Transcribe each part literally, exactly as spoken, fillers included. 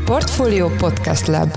Portfolio Podcast Lab.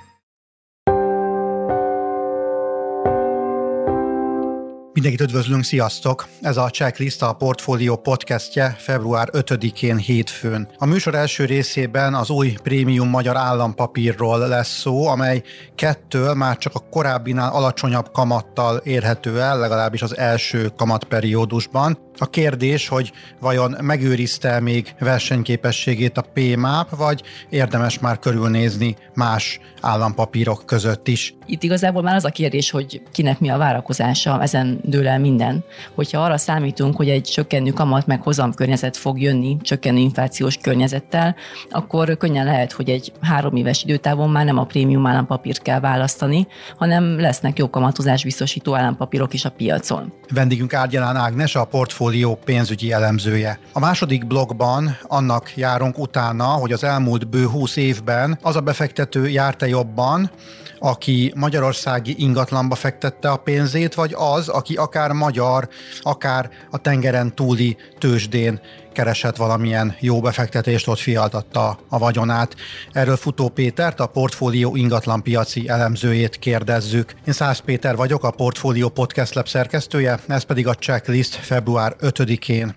Mindenkit üdvözlünk, sziasztok! Ez a Checklist, a Portfolio podcastje február ötödikén hétfőn. A műsor első részében az új prémium magyar állampapírról lesz szó, amely kettől már csak a korábbinál alacsonyabb kamattal érhető el, legalábbis az első kamatperiódusban. A kérdés, hogy vajon megőrizte még versenyképességét a pé máp, vagy érdemes már körülnézni más állampapírok között is. Itt igazából már az a kérdés, hogy kinek mi a várakozása, ezen dől el minden. Hogyha arra számítunk, hogy egy csökkenő kamat meg hozamkörnyezet fog jönni, csökkenő inflációs környezettel, akkor könnyen lehet, hogy egy három éves időtávon már nem a prémium állampapírt kell választani, hanem lesznek jó kamatozás biztosító állampapírok is a piacon. Vendégünk Árgyalán Ágnes, a Portfolio pénzügyi elemzője. A második blogban annak járunk utána, hogy az elmúlt bő húsz évben az a befektető járt-e jobban, aki magyarországi ingatlanba fektette a pénzét, vagy az, aki akár magyar, akár a tengeren túli tőzsdén keresett valamilyen jó befektetést, ott fialtatta a vagyonát. Erről Futó Pétert, a Portfolio ingatlanpiaci elemzőjét kérdezzük. Én Szász Péter vagyok, a Portfolio Podcast Lab szerkesztője, ez pedig a Checklist február ötödikén.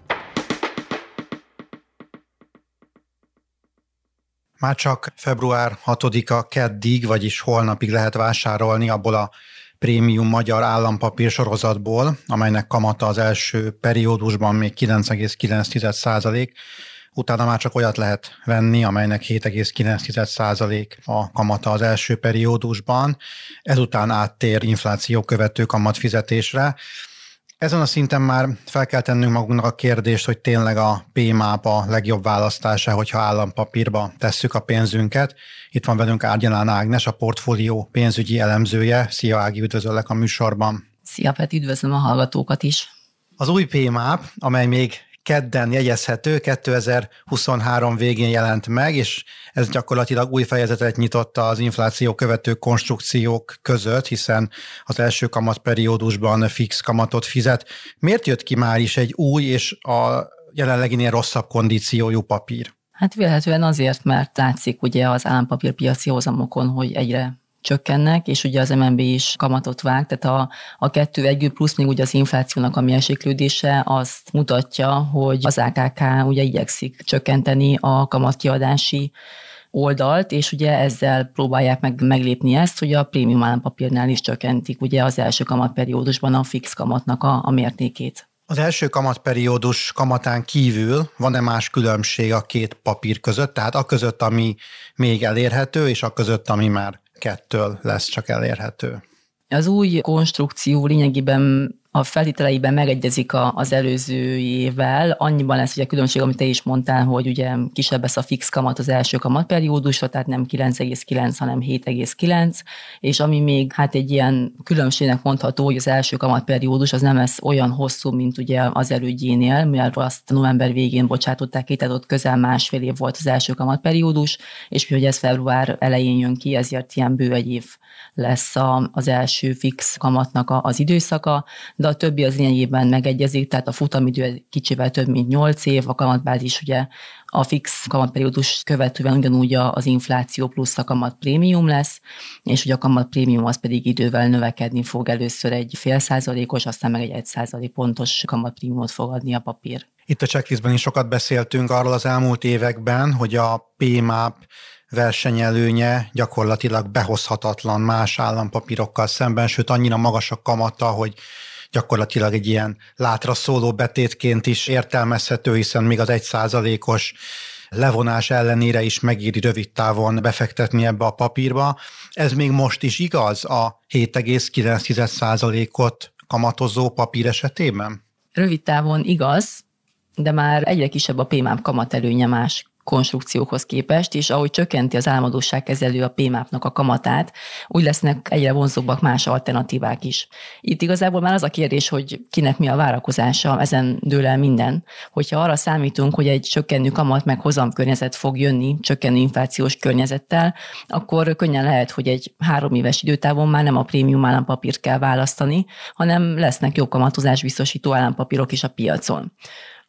Már csak február hatodika keddig, vagyis holnapig lehet vásárolni abból a prémium magyar állampapír sorozatból, amelynek kamata az első periódusban még kilenc egész kilenc százalék, utána már csak olyat lehet venni, amelynek hét egész kilenc százalék a kamata az első periódusban, ezután áttér infláció követő kamatfizetésre. Ezen a szinten már fel kell tennünk magunknak a kérdést, hogy tényleg a pé máp a legjobb választása, hogyha állampapírba tesszük a pénzünket. Itt van velünk Árgyalán Ágnes, a Portfolio pénzügyi elemzője. Szia Ági, üdvözöllek a műsorban. Szia Peti, üdvözlöm a hallgatókat is. Az új pé máp, amely még kedden jegyezhető, kétezer-huszonhárom végén jelent meg, és ez gyakorlatilag új fejezetet nyitotta az infláció követő konstrukciók között, hiszen az első kamatperiódusban fix kamatot fizet. Miért jött ki már is egy új és a jelenleginél rosszabb kondíciójú papír? Hát vélhetően azért, mert látszik ugye az állampapírpiaci hozamokon, hogy egyre csökkennek, és ugye az em en bé is kamatot vág, tehát a, a kettő együtt plusz még ugye az inflációnak a mérséklődése azt mutatja, hogy az á ká ká ugye igyekszik csökkenteni a kamatkiadási oldalt, és ugye ezzel próbálják meg meglépni ezt, hogy a prémium állampapírnál is csökkentik ugye az első kamatperiódusban a fix kamatnak a, a mértékét. Az első kamatperiódus kamatán kívül van-e más különbség a két papír között, tehát a között, ami még elérhető, és a között, ami már kettől lesz csak elérhető? Az új konstrukció lényegében a feltételeiben megegyezik az előzőjével. Annyiban lesz ugye a különbség, amit te is mondtál, hogy ugye kisebb lesz a fix kamat az első kamatperiódusra, tehát nem kilenc egész kilenc, hanem hét egész kilenc, és ami még hát egy ilyen különbségnek mondható, hogy az első kamatperiódus az nem lesz olyan hosszú, mint ugye az elődjénél, mivel azt november végén bocsátották ki, tehát ott közel másfél év volt az első kamatperiódus, és hogy ez február elején jön ki, ezért ilyen bő egy év lesz az első fix kamatnak az időszaka, de a többi az lényegében megegyezik, tehát a futamidő kicsivel több, mint nyolc év, a kamatbázis ugye a fix kamatperiódus követően ugyanúgy az infláció plusz a kamat prémium lesz, és ugye a kamat prémium az pedig idővel növekedni fog, először egy fél százalékos, aztán meg egy egy százalék pontos kamat prémiumot fog adni a papír. Itt a checklistben is sokat beszéltünk arról az elmúlt években, hogy a pé máp versenyelőnye gyakorlatilag behozhatatlan más állampapírokkal szemben, sőt annyira magas a kamata, hogy gyakorlatilag egy ilyen látra szóló betétként is értelmezhető, hiszen még az egy százalékos levonás ellenére is megéri rövid távon befektetni ebbe a papírba. Ez még most is igaz a hét egész kilenc százalékot kamatozó papír esetében? Rövid távon igaz, de már egyre kisebb a pé máp kamatelőnye más konstrukciókhoz képest, és ahogy csökkenti az államadósságkezelő a pé mápnak a kamatát, úgy lesznek egyre vonzóbbak más alternatívák is. Itt igazából már az a kérdés, hogy kinek mi a várakozása, ezen dől el minden. Hogyha arra számítunk, hogy egy csökkenő kamat meg hozamkörnyezet fog jönni, csökkenő inflációs környezettel, akkor könnyen lehet, hogy egy három éves időtávon már nem a prémium állampapírt kell választani, hanem lesznek jó kamatozás biztosító állampapírok is a piacon.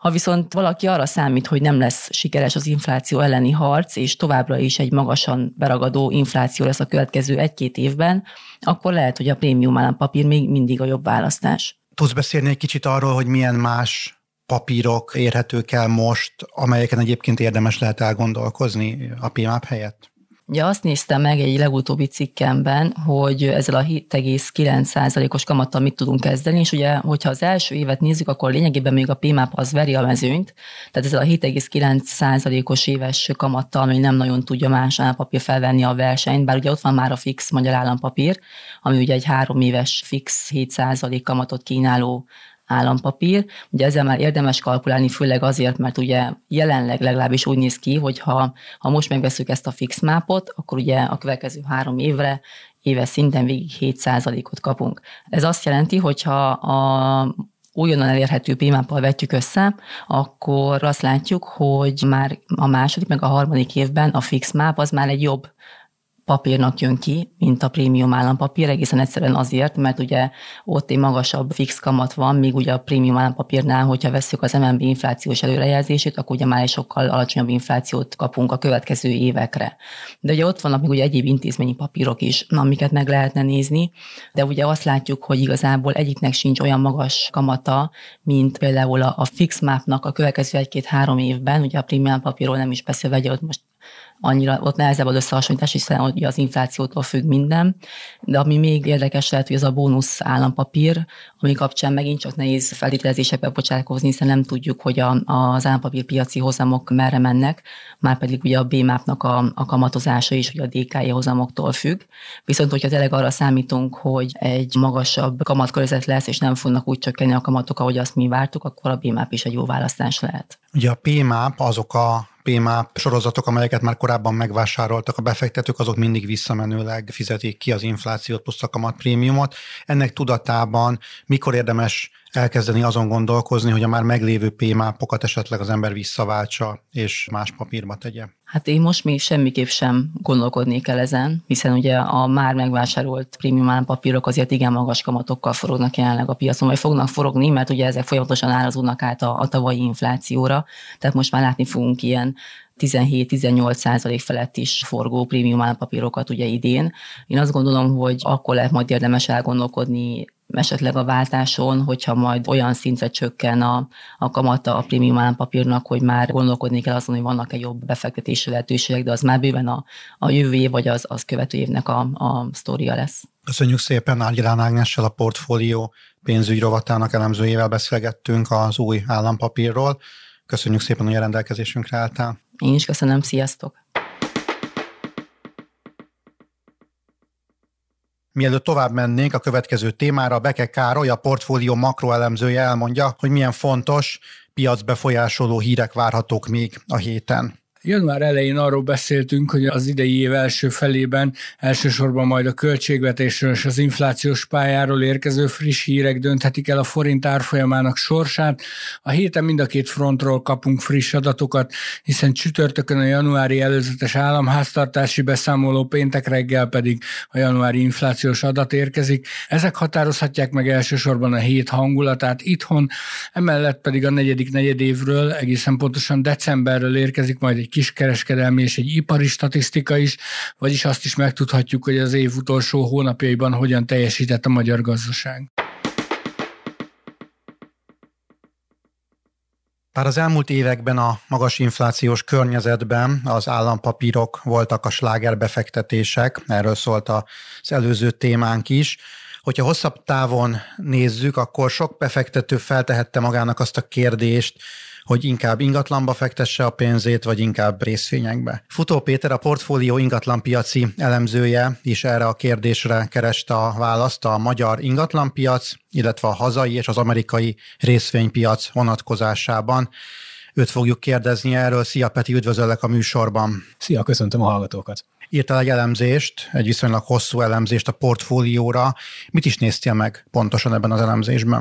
Ha viszont valaki arra számít, hogy nem lesz sikeres az infláció elleni harc, és továbbra is egy magasan beragadó infláció lesz a következő egy-két évben, akkor lehet, hogy a prémium állampapír még mindig a jobb választás. Tudsz beszélni egy kicsit arról, hogy milyen más papírok érhetők el most, amelyeken egyébként érdemes lehet elgondolkozni a pé máp helyett? Ugye azt néztem meg egy legutóbbi cikkemben, hogy ezzel a hét egész kilenc százalékos kamattal mit tudunk kezdeni, és ugye, hogyha az első évet nézzük, akkor lényegében még a pé máp az veri a mezőnyt, tehát ezzel a hét egész kilenc százalékos éves kamattal, ami nem nagyon tudja más állampapír felvenni a versenyt, bár ugye ott van már a fix magyar állampapír, ami ugye egy három éves fix hét százalék kamatot kínáló állampapír. Ugye ezzel már érdemes kalkulálni, főleg azért, mert ugye jelenleg legalábbis úgy néz ki, hogy ha, ha most megveszünk ezt a fix mápot, akkor ugye a következő három évre éves szinten végig hét százalékot kapunk. Ez azt jelenti, hogyha a újonnan elérhető pé máppal vetjük össze, akkor azt látjuk, hogy már a második meg a harmadik évben a fix máp az már egy jobb papírnak jön ki, mint a prémium állampapír, egészen egyszerűen azért, mert ugye ott egy magasabb fix kamat van, míg ugye a prémium állampapírnál, hogyha vesszük az em en bé inflációs előrejelzését, akkor ugye már egy sokkal alacsonyabb inflációt kapunk a következő évekre. De ugye ott vannak még ugye egyéb intézményi papírok is, amiket meg lehetne nézni, de ugye azt látjuk, hogy igazából egyiknek sincs olyan magas kamata, mint például a fix mápnak a következő egy-két-három évben, ugye a prémium állampapírról nem is beszélve, hogy ott most annyira ott nehezebb az összehasonlítás, hiszen hogy az inflációtól függ minden, de ami még érdekes lehet, hogy az a bónusz állampapír, ami kapcsán megint csak nehéz feltételezésekbe bocsátkozni, hiszen nem tudjuk, hogy a, az állampapír piaci hozamok merre mennek, már pedig ugye a bé mápnak a, a kamatozása is ugye a dé ká é hozamoktól függ. Viszont, hogyha tényleg arra számítunk, hogy egy magasabb kamatkörnyezet lesz, és nem fognak úgy csökkenni a kamatok, ahogy azt mi vártuk, akkor a bé máp is egy jó választás lehet. Ugye a pé máp azok a pé máp sorozatok, amelyeket már korábban megvásároltak a befektetők, azok mindig visszamenőleg fizetik ki az inflációt plusz a kamatprémiumot. Ennek tudatában mikor érdemes elkezdeni azon gondolkozni, hogy a már meglévő pé mápokat esetleg az ember visszaváltsa és más papírba tegye? Hát én most még semmiképp sem gondolkodnék el ezen, hiszen ugye a már megvásárolt prémium állampapírok azért igen magas kamatokkal forognak jelenleg a piacon, vagy fognak forogni, mert ugye ezek folyamatosan árazódnak át a, a tavalyi inflációra, tehát most már látni fogunk ilyen tizenhét-tizennyolc százalék felett is forgó prémium állampapírokat ugye idén. Én azt gondolom, hogy akkor lehet majd érdemes elgondolkodni esetleg a váltáson, hogyha majd olyan szintre csökken a, a kamata a prémium állampapírnak, hogy már gondolkodni kell azon, hogy vannak-e jobb befektetési lehetőségek, de az már bőven a, a jövő év vagy az, az követő évnek a, a sztória lesz. Köszönjük szépen, Argyelán Ágnessel, a Portfólió pénzügy rovatának elemzőjével beszélgettünk az új állampapírról. Köszönjük szépen, hogy a rendelkezésünkre álltál. Én is köszönöm, sziasztok! Mielőtt tovább mennénk a következő témára, Beke Károly, a Portfólió makroelemzője elmondja, hogy milyen fontos, piacbefolyásoló hírek várhatók még a héten. Január elején arról beszéltünk, hogy az idei év első felében elsősorban majd a költségvetésről és az inflációs pályáról érkező friss hírek dönthetik el a forint árfolyamának sorsát. A héten mind a két frontról kapunk friss adatokat, hiszen csütörtökön a januári előzetes államháztartási beszámoló, péntek reggel pedig a januári inflációs adat érkezik. Ezek határozhatják meg elsősorban a hét hangulatát itthon, emellett pedig a negyedik negyedévről, egészen pontosan decemberről érkezik majd egy kiskereskedelmi és egy ipari statisztika is, vagyis azt is megtudhatjuk, hogy az év utolsó hónapjaiban hogyan teljesített a magyar gazdaság. Bár az elmúlt években a magas inflációs környezetben az állampapírok voltak a slágerbefektetések, erről szólt az előző témánk is. Hogyha hosszabb távon nézzük, akkor sok befektető feltehette magának azt a kérdést, hogy inkább ingatlanba fektesse a pénzét, vagy inkább részvényekbe. Futó Péter, a Portfólió ingatlanpiaci elemzője is erre a kérdésre kereste a választ a magyar ingatlanpiac, illetve a hazai és az amerikai részvénypiac vonatkozásában. Őt fogjuk kérdezni erről. Szia Peti, üdvözöllek a műsorban. Szia, köszöntöm a hallgatókat. Írtál egy elemzést, egy viszonylag hosszú elemzést a portfólióra. Mit is néztél meg pontosan ebben az elemzésben?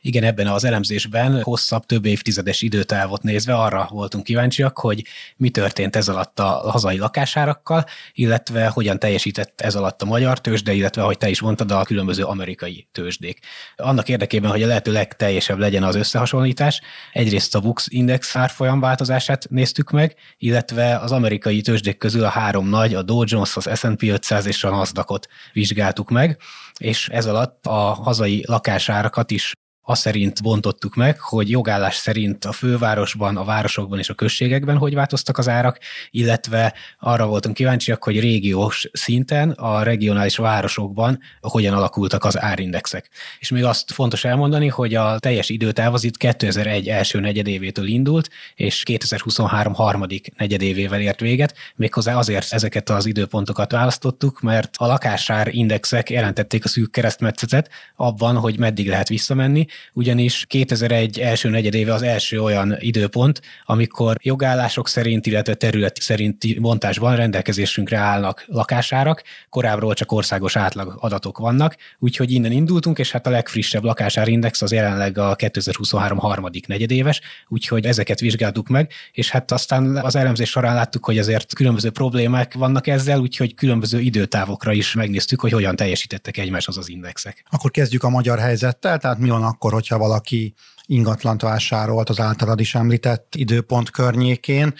Igen, ebben az elemzésben hosszabb, több évtizedes időtávot nézve arra voltunk kíváncsiak, hogy mi történt ez alatt a hazai lakásárakkal, illetve hogyan teljesített ez alatt a magyar tőzsde, illetve, ahogy te is mondtad, a különböző amerikai tőzsdék. Annak érdekében, hogy a lehető legteljesebb legyen az összehasonlítás, egyrészt a buksz index árfolyam változását néztük meg, illetve az amerikai tőzsdék közül a három nagy, a Dow Jones, az es and pé ötszáz és a Nasdaqot vizsgáltuk meg, és ez alatt a hazai lakásárakat is azt szerint bontottuk meg, hogy jogállás szerint a fővárosban, a városokban és a községekben hogy változtak az árak, illetve arra voltunk kíváncsiak, hogy régiós szinten, a regionális városokban hogyan alakultak az árindexek. És még azt fontos elmondani, hogy a teljes időtáv az itt kétezer-egy első negyedévétől indult, és kétezer-huszonhárom harmadik negyedévével ért véget, méghozzá azért ezeket az időpontokat választottuk, mert a lakásár indexek jelentették a szűk keresztmetszetet abban, hogy meddig lehet visszamenni, ugyanis kétezer-egy első negyedéve az első olyan időpont, amikor jogállások szerint, illetve terület szerinti bontásban rendelkezésünkre állnak lakásárak, korábbról csak országos átlag adatok vannak, úgyhogy innen indultunk, és hát a legfrissebb lakásárindex az jelenleg a kétezer-huszonhárom harmadik negyedéves, úgyhogy ezeket vizsgáltuk meg, és hát aztán az elemzés során láttuk, hogy azért különböző problémák vannak ezzel, úgyhogy különböző időtávokra is megnéztük, hogy hogyan teljesítettek egymáshoz az indexek. Akkor kezdjük a magyar helyzettel, tehát mi van akkor, hogyha valaki ingatlant vásárolt az általad is említett időpont környékén,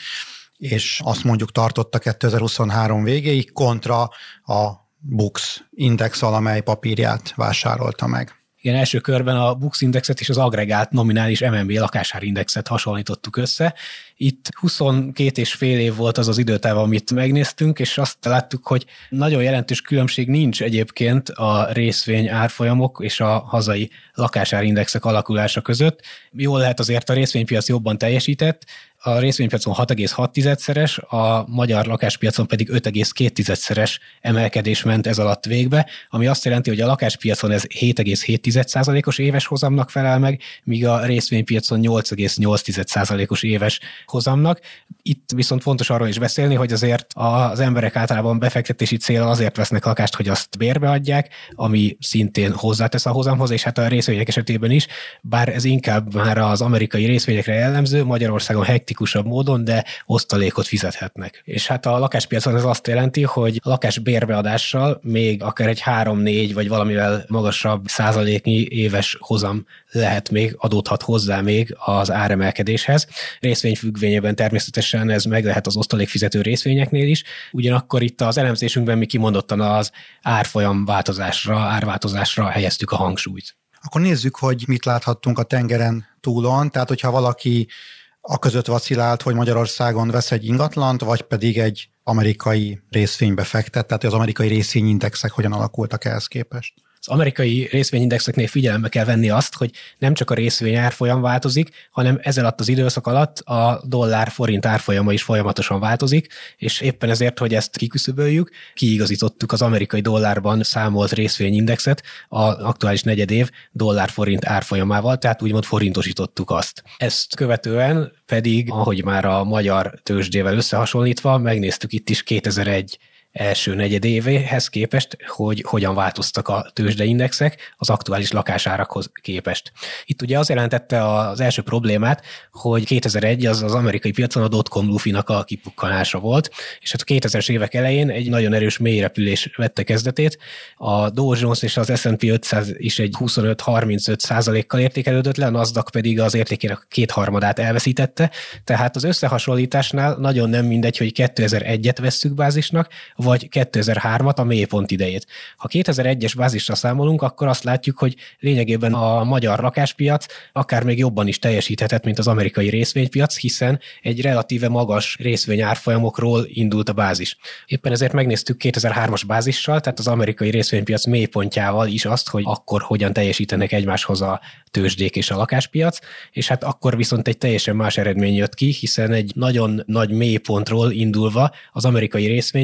és azt mondjuk tartotta kétezer-huszonhárom végéig, kontra a buksz index valamely papírját vásárolta meg. Igen, első körben a buksz indexet és az agregált nominális em en bé lakásárindexet hasonlítottuk össze. Itt huszonkét és fél év volt az az időtáv, amit megnéztünk, és azt láttuk, hogy nagyon jelentős különbség nincs egyébként a részvény árfolyamok és a hazai lakásárindexek alakulása között. Jól lehet azért a részvénypiac jobban teljesített, a részvénypiacon hat egész hat szeres, a magyar lakáspiacon pedig öt egész két szeres emelkedés ment ez alatt végbe, ami azt jelenti, hogy a lakáspiacon ez hét egész hét százalékos éves hozamnak felel meg, míg a részvénypiacon nyolc egész nyolc százalékos éves hozamnak. Itt viszont fontos arról is beszélni, hogy azért az emberek általában befektetési célral azért vesznek lakást, hogy azt bérbe adják, ami szintén hozzátesz a hozamhoz, és hát a részvények esetében is, bár ez inkább már az amerikai részvényekre jellemző, Magyarországon hektikusabb módon, de osztalékot fizethetnek. És hát a lakáspiacon ez azt jelenti, hogy a lakás bérbeadással még akár egy három-négy vagy valamivel magasabb százaléknyi éves hozam lehet még, adódhat hozzá még az áremelkedéshez. Részvényfüggvényében természetesen ez meg lehet az osztalékfizető részvényeknél is, ugyanakkor itt az elemzésünkben mi kimondottan az árfolyam változásra, árváltozásra helyeztük a hangsúlyt. Akkor nézzük, hogy mit láthattunk a tengeren túlon, tehát hogyha valaki a között vacilált, hogy Magyarországon vesz egy ingatlant, vagy pedig egy amerikai részvénybe fektet, tehát az amerikai részvényindexek hogyan alakultak ehhez képest? Az amerikai részvényindexeknél figyelembe kell venni azt, hogy nem csak a részvény árfolyam változik, hanem ez alatt az időszak alatt a dollár-forint árfolyama is folyamatosan változik, és éppen ezért, hogy ezt kiküszöböljük, kiigazítottuk az amerikai dollárban számolt részvényindexet az aktuális negyedév dollár-forint árfolyamával, tehát úgymond forintosítottuk azt. Ezt követően pedig, ahogy már a magyar tőzsdével összehasonlítva, megnéztük itt is kétezer-egy első negyedévéhez képest, hogy hogyan változtak a tőzsdeindexek az aktuális lakásárakhoz képest. Itt ugye az jelentette az első problémát, hogy kétezer-egy az az amerikai piacon a dotcom lufinak a kipukkanása volt, és hát a kétezres évek elején egy nagyon erős mélyrepülés vette kezdetét. A Dow Jones és az es and pé ötszáz is egy huszonöt-harmincöt százalékkal értékelődött le, a Nasdaq pedig az értékének kétharmadát elveszítette, tehát az összehasonlításnál nagyon nem mindegy, hogy kétezer-egyet vesszük bázisnak, vagy kétezer-hármat, a mélypont idejét. Ha kétezer-egyes bázisra számolunk, akkor azt látjuk, hogy lényegében a magyar lakáspiac akár még jobban is teljesíthetett, mint az amerikai részvénypiac, hiszen egy relatíve magas részvényárfolyamokról indult a bázis. Éppen ezért megnéztük kétezer-hármas bázissal, tehát az amerikai részvénypiac mélypontjával is azt, hogy akkor hogyan teljesítenek egymáshoz a tőzsdék és a lakáspiac, és hát akkor viszont egy teljesen más eredmény jött ki, hiszen egy nagyon nagy mélypontról indulva az amerikai részvénypiac és egy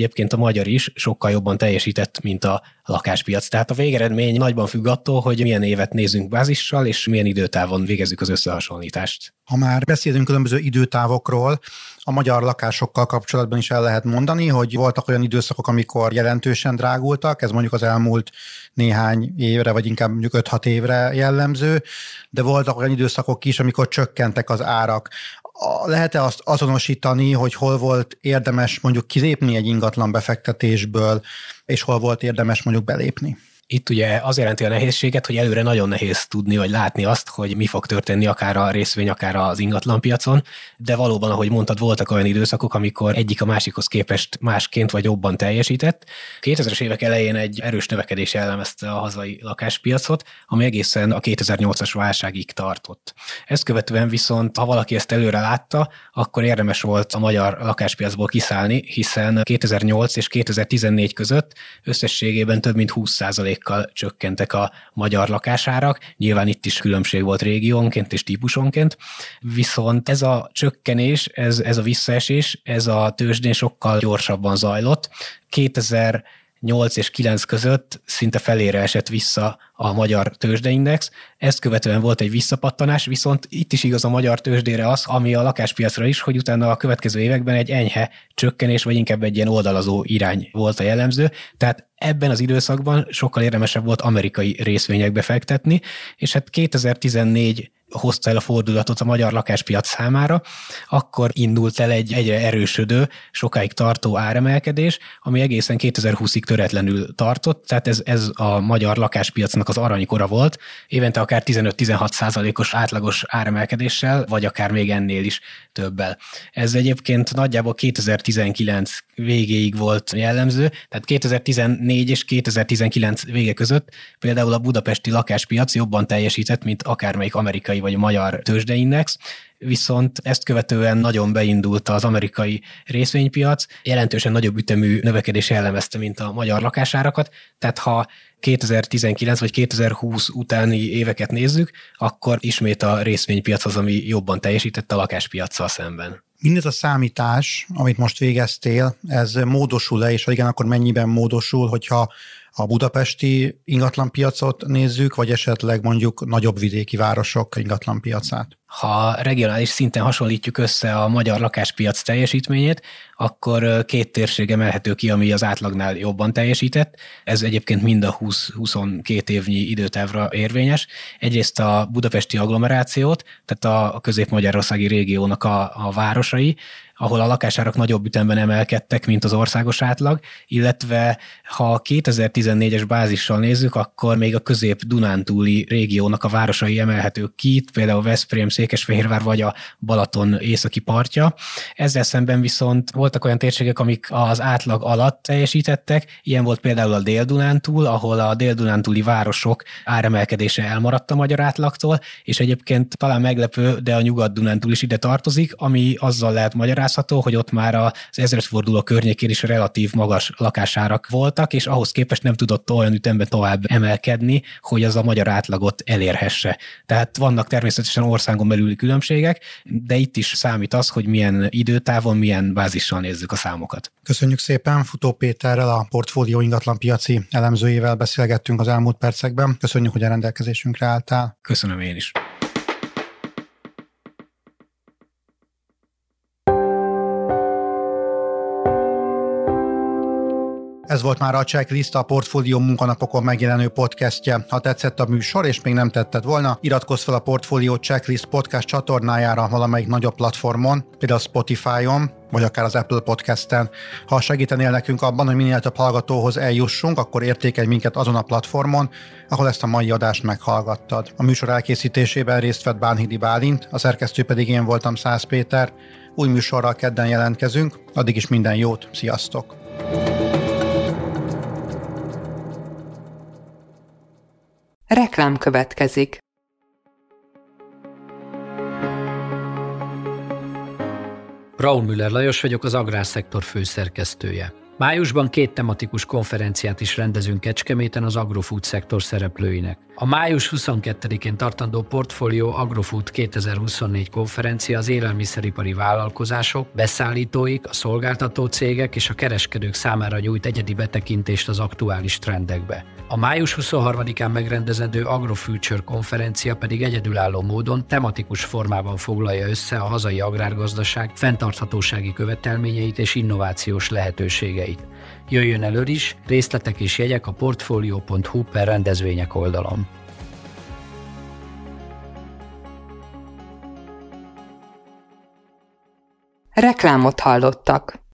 egyébként a magyar is sokkal jobban teljesített, mint a lakáspiac. Tehát a végeredmény nagyban függ attól, hogy milyen évet nézünk bázissal, és milyen időtávon végezzük az összehasonlítást. Ha már beszélünk különböző időtávokról, a magyar lakásokkal kapcsolatban is el lehet mondani, hogy voltak olyan időszakok, amikor jelentősen drágultak, ez mondjuk az elmúlt néhány évre, vagy inkább mondjuk öt-hat évre jellemző, de voltak olyan időszakok is, amikor csökkentek az árak. Lehet-e azt azonosítani, hogy hol volt érdemes mondjuk kilépni egy ingatlan befektetésből, és hol volt érdemes mondjuk belépni? Itt ugye az jelenti a nehézséget, hogy előre nagyon nehéz tudni, vagy látni azt, hogy mi fog történni akár a részvény, akár az ingatlanpiacon, de valóban, ahogy mondtad, voltak olyan időszakok, amikor egyik a másikhoz képest másként vagy jobban teljesített. kétezres évek elején egy erős növekedés jellemezte a hazai lakáspiacot, ami egészen a kétezer-nyolcas válságig tartott. Ezt követően viszont, ha valaki ezt előre látta, akkor érdemes volt a magyar lakáspiacból kiszállni, hiszen kétezer-nyolc és kétezer-tizennégy között összességében több mint húsz százalék csökkentek a magyar lakásárak. Nyilván itt is különbség volt régiónként és típusonként, viszont ez a csökkenés, ez, ez a visszaesés, ez a tőzsdén sokkal gyorsabban zajlott. kétezer-nyolc és kilenc között szinte felére esett vissza a magyar tőzsdeindex, ezt követően volt egy visszapattanás, viszont itt is igaz a magyar tőzsdére az, ami a lakáspiacra is, hogy utána a következő években egy enyhe csökkenés, vagy inkább egy ilyen oldalazó irány volt a jellemző, tehát ebben az időszakban sokkal érdemesebb volt amerikai részvényekbe fektetni, és hát kétezer-tizennégy hozta el a fordulatot a magyar lakáspiac számára, akkor indult el egy egyre erősödő, sokáig tartó áremelkedés, ami egészen kétezer-húszig töretlenül tartott, tehát ez, ez a magyar lakáspiacnak az aranykora volt, évente akár tizenöt-tizenhat százalékos átlagos áremelkedéssel, vagy akár még ennél is többel. Ez egyébként nagyjából kétezer-tizenkilenc végéig volt jellemző, tehát kétezer-tizennégy és kétezer-tizenkilenc vége között például a budapesti lakáspiac jobban teljesített, mint akármelyik amerikai vagy magyar tőzsdeindex, viszont ezt követően nagyon beindult az amerikai részvénypiac, jelentősen nagyobb ütemű növekedés jellemezte, mint a magyar lakásárakat, tehát ha kétezer-tizenkilenc vagy kétezer-húsz utáni éveket nézzük, akkor ismét a részvénypiac az, ami jobban teljesített a lakáspiacsal szemben. Mindez a számítás, amit most végeztél, ez módosul-e, és ha igen, akkor mennyiben módosul, hogyha a budapesti ingatlanpiacot nézzük, vagy esetleg mondjuk nagyobb vidéki városok ingatlanpiacát? Ha regionális szinten hasonlítjuk össze a magyar lakáspiac teljesítményét, akkor két térség emelhető ki, ami az átlagnál jobban teljesített. Ez egyébként mind a húsz-huszonkét évnyi időtávra érvényes. Egyrészt a budapesti agglomerációt, tehát a közép-magyarországi régiónak a, a városai, ahol a lakásárak nagyobb ütemben emelkedtek, mint az országos átlag, illetve ha a kétezer-tizennégyes bázissal nézzük, akkor még a közép-dunántúli régiónak a városai emelhetők ki, például Veszprém, Székesfehérvár vagy a Balaton északi partja. Ezzel szemben viszont voltak olyan térségek, amik az átlag alatt teljesítettek, ilyen volt például a Dél-Dunántúl, ahol a dél-dunántúli városok áremelkedése elmaradt a magyar átlagtól, és egyébként talán meglepő, de a Nyugat-Dunántúl is ide tartozik, ami azzal lehet magyarázható, hogy ott már az ezredforduló környékén is relatív magas lakásárak voltak, és ahhoz képest nem tudott olyan ütemben tovább emelkedni, hogy az a magyar átlagot elérhesse. Tehát vannak természetesen országon belüli különbségek, de itt is számít az, hogy milyen időtávon, milyen bázissal nézzük a számokat. Köszönjük szépen, Futó Péterrel, a Portfólió ingatlanpiaci elemzőjével beszélgettünk az elmúlt percekben. Köszönjük, hogy a rendelkezésünkre álltál. Köszönöm én is. Ez volt már a Checklist, a Portfólió munkanapokon megjelenő podcastje. Ha tetszett a műsor, és még nem tetted volna, iratkozz fel a Portfólió Checklist podcast csatornájára valamelyik nagyobb platformon, például Spotify-on, vagy akár az Apple Podcast-en. Ha segítenél nekünk abban, hogy minél több hallgatóhoz eljussunk, akkor értékelj minket azon a platformon, ahol ezt a mai adást meghallgattad. A műsor elkészítésében részt vett Bánhidi Bálint, a szerkesztő pedig én voltam, Szász Péter. Új műsorral kedden jelentkezünk, addig is minden jót, sziasztok! Reklám következik. Braunmüller Lajos vagyok, az Agrárszektor főszerkesztője. Májusban két tematikus konferenciát is rendezünk Kecskeméten az agrofood szektor szereplőinek. A május huszonkettedikén tartandó Portfolio Agrofood kétezer-huszonnégy konferencia az élelmiszeripari vállalkozások, beszállítóik, a szolgáltató cégek és a kereskedők számára nyújt egyedi betekintést az aktuális trendekbe. A május huszonharmadikán megrendezendő Agrofuture konferencia pedig egyedülálló módon tematikus formában foglalja össze a hazai agrárgazdaság fenntarthatósági követelményeit és innovációs lehetőségeit. Jöjjön elő is, részletek és jegyek a portfolio pont hu per rendezvények oldalon. Reklámot hallottak.